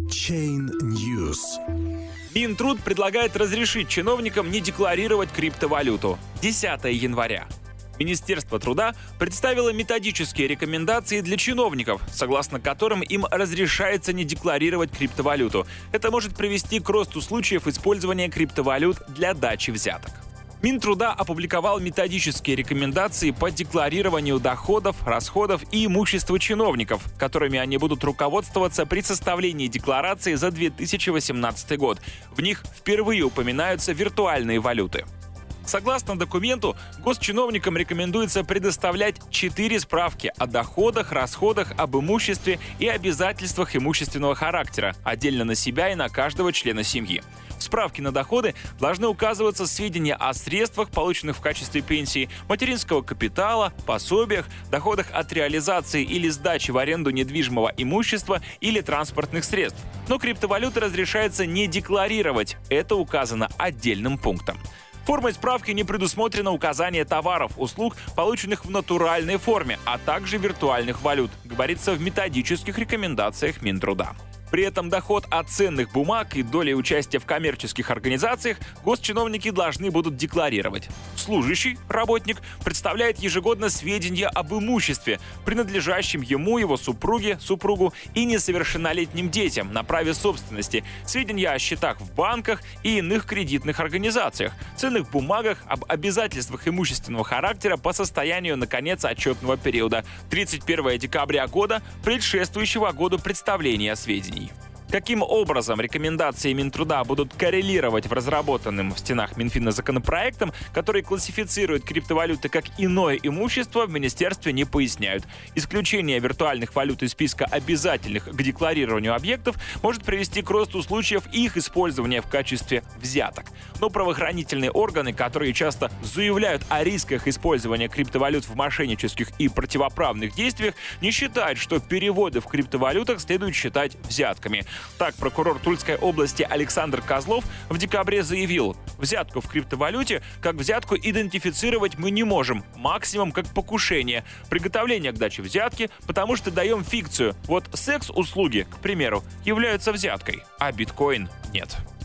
Chain News. Минтруд предлагает разрешить чиновникам не декларировать криптовалюту. 10 января. Министерство труда представило методические рекомендации для чиновников, согласно которым им разрешается не декларировать криптовалюту. Это может привести к росту случаев использования криптовалют для дачи взяток. Минтруда опубликовал методические рекомендации по декларированию доходов, расходов и имущества чиновников, которыми они будут руководствоваться при составлении декларации за 2018 год. В них впервые упоминаются виртуальные валюты. Согласно документу, госчиновникам рекомендуется предоставлять 4 справки о доходах, расходах, об имуществе и обязательствах имущественного характера, отдельно на себя и на каждого члена семьи. В справке на доходы должны указываться сведения о средствах, полученных в качестве пенсии, материнского капитала, пособиях, доходах от реализации или сдачи в аренду недвижимого имущества или транспортных средств. Но криптовалюты разрешается не декларировать, это указано отдельным пунктом. Формой справки не предусмотрено указание товаров, услуг, полученных в натуральной форме, а также виртуальных валют, говорится в методических рекомендациях Минтруда. При этом доход от ценных бумаг и доли участия в коммерческих организациях госчиновники должны будут декларировать. Служащий, работник, представляет ежегодно сведения об имуществе, принадлежащем ему, его супруге, супругу и несовершеннолетним детям на праве собственности, сведения о счетах в банках и иных кредитных организациях, ценных бумагах, об обязательствах имущественного характера по состоянию на конец отчетного периода 31 декабря года, предшествующего году представления сведений. Каким образом рекомендации Минтруда будут коррелировать в разработанном в стенах Минфина законопроектом, который классифицирует криптовалюты как иное имущество, в министерстве не поясняют. Исключение виртуальных валют из списка обязательных к декларированию объектов может привести к росту случаев их использования в качестве взяток. Но правоохранительные органы, которые часто заявляют о рисках использования криптовалют в мошеннических и противоправных действиях, не считают, что переводы в криптовалютах следует считать взятками. Так, прокурор Тульской области Александр Козлов в декабре заявил: взятку в криптовалюте как взятку идентифицировать мы не можем, максимум как покушение, приготовление к даче взятки, потому что даем фикцию. Вот секс-услуги, к примеру, являются взяткой, а биткоин нет.